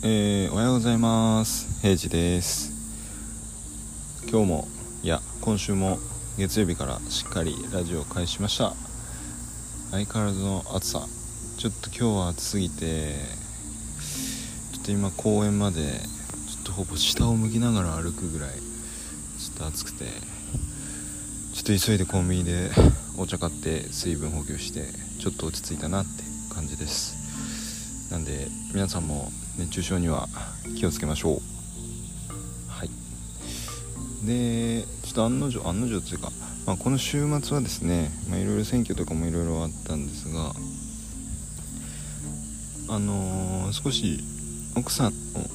おはようございます。平治です。今週も月曜日からしっかりラジオを開始しました。相変わらずの暑さ、ちょっと今日は暑すぎて、ちょっと今公園までちょっとほぼ下を向きながら歩くぐらいちょっと暑くて、ちょっと急いでコンビニでお茶買って水分補給してちょっと落ち着いたなって感じです。なんで皆さんも熱中症には気をつけましょう。はい。で、ちょっと案の定というか、この週末はですね、いろいろ選挙とかもいろいろあったんですが、少し奥さんの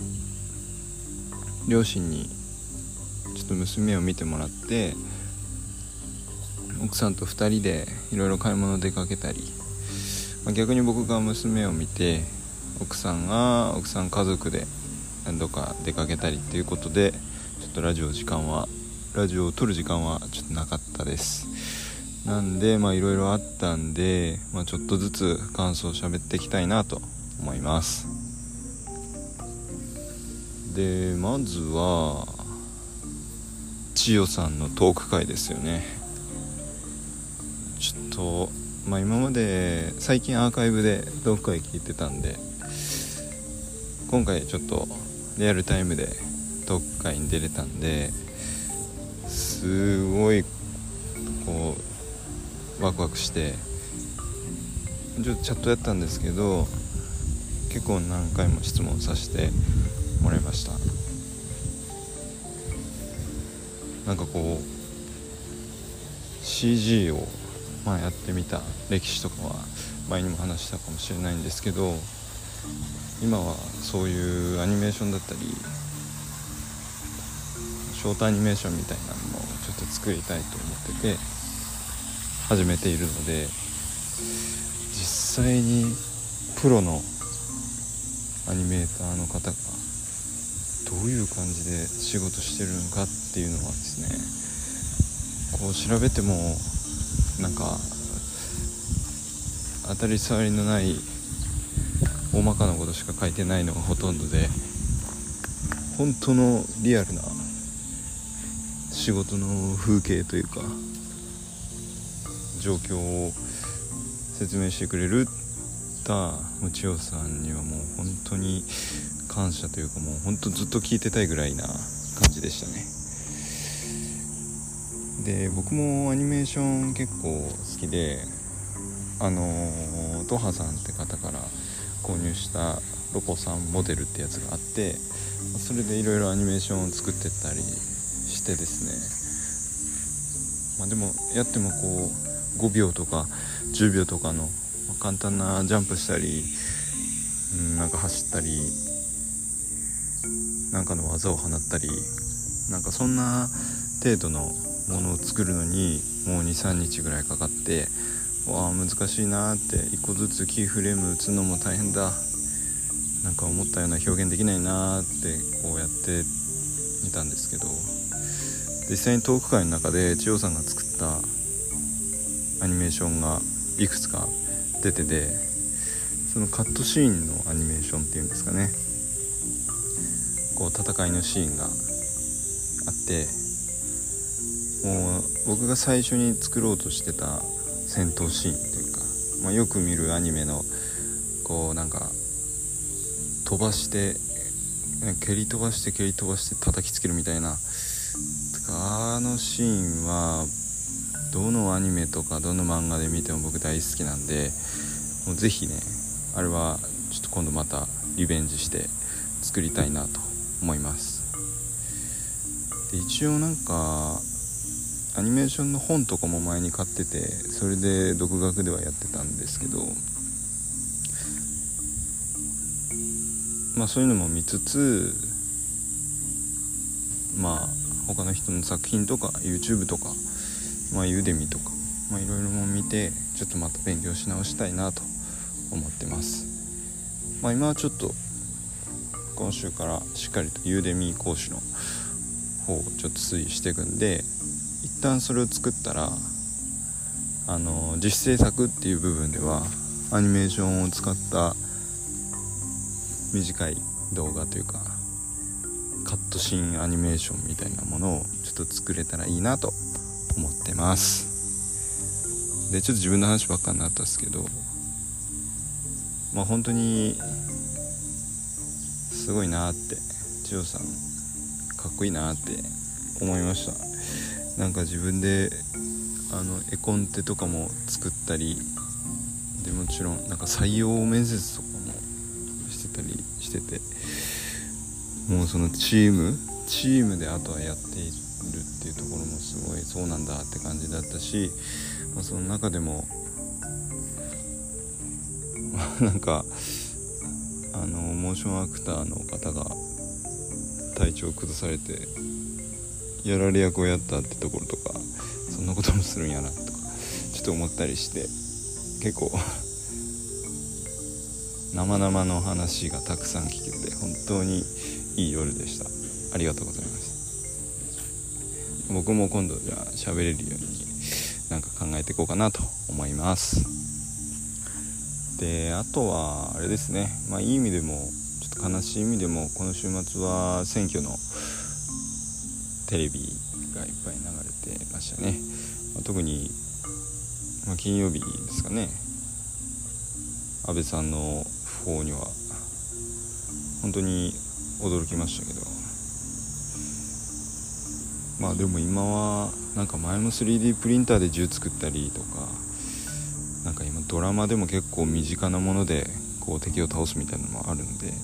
両親にちょっと娘を見てもらって、奥さんと2人でいろいろ買い物出かけたり、逆に僕が娘を見て奥さん家族で何度か出かけたりっていうことで、ちょっとラジオを撮る時間はちょっとなかったです。なんでいろいろあったんで、ちょっとずつ感想を喋っていきたいなと思います。で、まずは千代さんのトーク会ですよね。ちょっと今まで最近アーカイブでトーク会聞いてたんで、今回ちょっとリアルタイムでトーク会に出れたんで、すごいこうワクワクしてちょっとチャットやったんですけど、結構何回も質問させてもらいました。なんかこう CG をやってみた歴史とかは前にも話したかもしれないんですけど、今はそういうアニメーションだったりショートアニメーションみたいなのもちょっと作りたいと思ってて始めているので、実際にプロのアニメーターの方がどういう感じで仕事してるのかっていうのはですね、こう調べてもなんか当たり障りのない大まかなことしか書いてないのがほとんどで、本当のリアルな仕事の風景というか状況を説明してくれる千代さんにはもう本当に感謝というか、もう本当ずっと聞いてたいぐらいな感じでしたね。で、僕もアニメーション結構好きで、トハさんって方から購入したロポさんモデルってやつがあって、それでいろいろアニメーションを作ってったりしてですね、でもやってもこう5秒とか10秒とかの簡単なジャンプしたり、なんか走ったり、なんかの技を放ったり、なんかそんな程度のものを作るのにもう 2,3 日ぐらいかかって、難しいなって、一個ずつキーフレーム打つのも大変だ、なんか思ったような表現できないなってこうやってみたんですけど、実際にトーク会の中で千代さんが作ったアニメーションがいくつか出てて、そのカットシーンのアニメーションっていうんですかね、こう戦いのシーンがあって、もう僕が最初に作ろうとしてた戦闘シーンというか、よく見るアニメのこうなんか飛ばして蹴り飛ばして叩きつけるみたいな、あのシーンはどのアニメとかどの漫画で見ても僕大好きなんで、もうぜひね、あれはちょっと今度またリベンジして作りたいなと思います。で、一応なんかアニメーションの本とかも前に買ってて、それで独学ではやってたんですけど、そういうのも見つつ、他の人の作品とか YouTube とか、ユーデミとか、いろいろも見て、ちょっとまた勉強し直したいなと思ってます。今はちょっと今週からしっかりとユーデミ講師の方をちょっと推移していくんで、一旦それを作ったら実制作っていう部分ではアニメーションを使った短い動画というかカットシーンアニメーションみたいなものをちょっと作れたらいいなと思ってます。でちょっと自分の話ばっかになったんですけど、本当にすごいなって千代さんかっこいいなって思いました。なんか自分で絵コンテとかも作ったりで、もちろんなんか採用面接とかもしてたりしてて、もうそのチームであとはやっているっていうところもすごいそうなんだって感じだったし、その中でもなんかモーションアクターの方が体調を崩されてやられ役をやったってところとか、そんなこともするんやなとかちょっと思ったりして、結構生々の話がたくさん聞けて本当にいい夜でした。ありがとうございます。僕も今度じゃあ喋れるようになんか考えていこうかなと思います。であとはあれですね、いい意味でもちょっと悲しい意味でも、この週末は選挙のテレビがいっぱい流れてましたね。特に、金曜日ですかね、安倍さんの訃報には本当に驚きましたけど、でも今はなんか前も 3D プリンターで銃作ったりとか、なんか今ドラマでも結構身近なものでこう敵を倒すみたいなのもあるんで、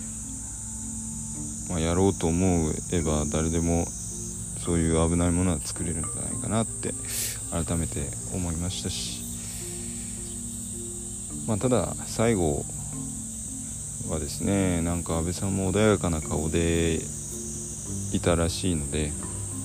やろうと思えば誰でもそういう危ないものは作れるんじゃないかなって改めて思いましたし、ただ最後はですね、なんか安倍さんも穏やかな顔でいたらしいので、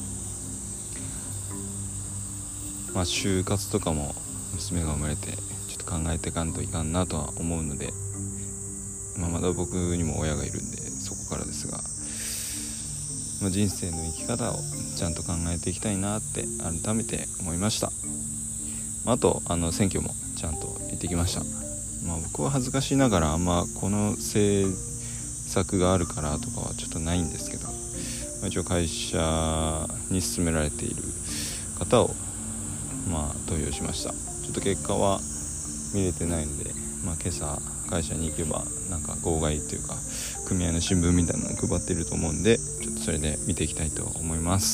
就活とかも娘が生まれてちょっと考えていかんといかんなとは思うので、まだ僕にも親がいるんでそこからですが、人生の生き方をちゃんと考えていきたいなって改めて思いました。あと選挙もちゃんと行ってきました。僕は恥ずかしいながらあんまこの政策があるからとかはちょっとないんですけど、一応会社に勧められている方を投票しました。ちょっと結果は見れてないので、今朝会社に行けばなんか号外というか組合の新聞みたいなの配っていると思うんで、ちょっとそれで見ていきたいと思います。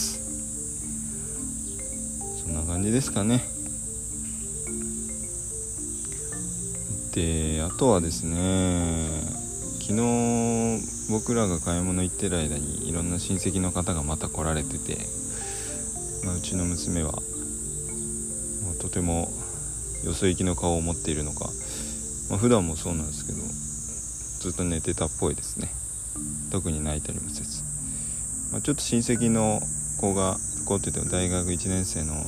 そんな感じですかね。であとはですね、昨日僕らが買い物行ってる間にいろんな親戚の方がまた来られてて、うちの娘はとてもよそ行きの顔を持っているのか、普段もそうなんですけどずっと寝てたっぽいですね。特に泣いたりもせず、ちょっと親戚の子って言っても大学1年生の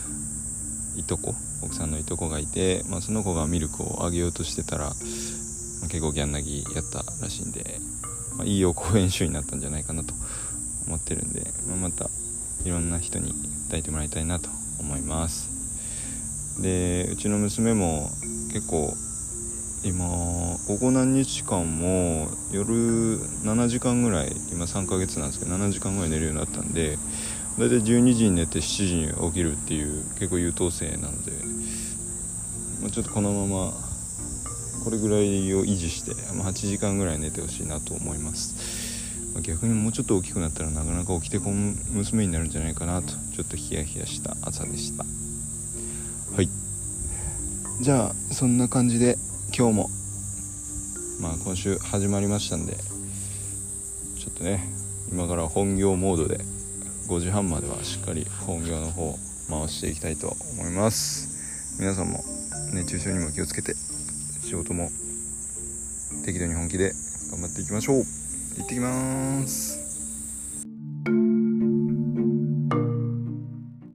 奥さんのいとこがいて、その子がミルクをあげようとしてたら、結構ギャン泣きやったらしいんで、いい予行演習になったんじゃないかなと思ってるんで、またいろんな人に抱いてもらいたいなと思います。でうちの娘も結構今ここ何日間も夜7時間ぐらい、今3ヶ月なんですけど7時間ぐらい寝るようになったんで、だいたい12時に寝て7時に起きるっていう結構優等生なので、ちょっとこのままこれぐらいを維持して8時間ぐらい寝てほしいなと思います。逆にもうちょっと大きくなったらなかなか起きてこん娘になるんじゃないかなと、ちょっとヒヤヒヤした朝でした。はい、じゃあそんな感じで今日も今週始まりましたんで、ちょっとね今から本業モードで5時半まではしっかり本業の方を回していきたいと思います。皆さんも熱中症にも気をつけて仕事も適度に本気で頑張っていきましょう。行ってきます。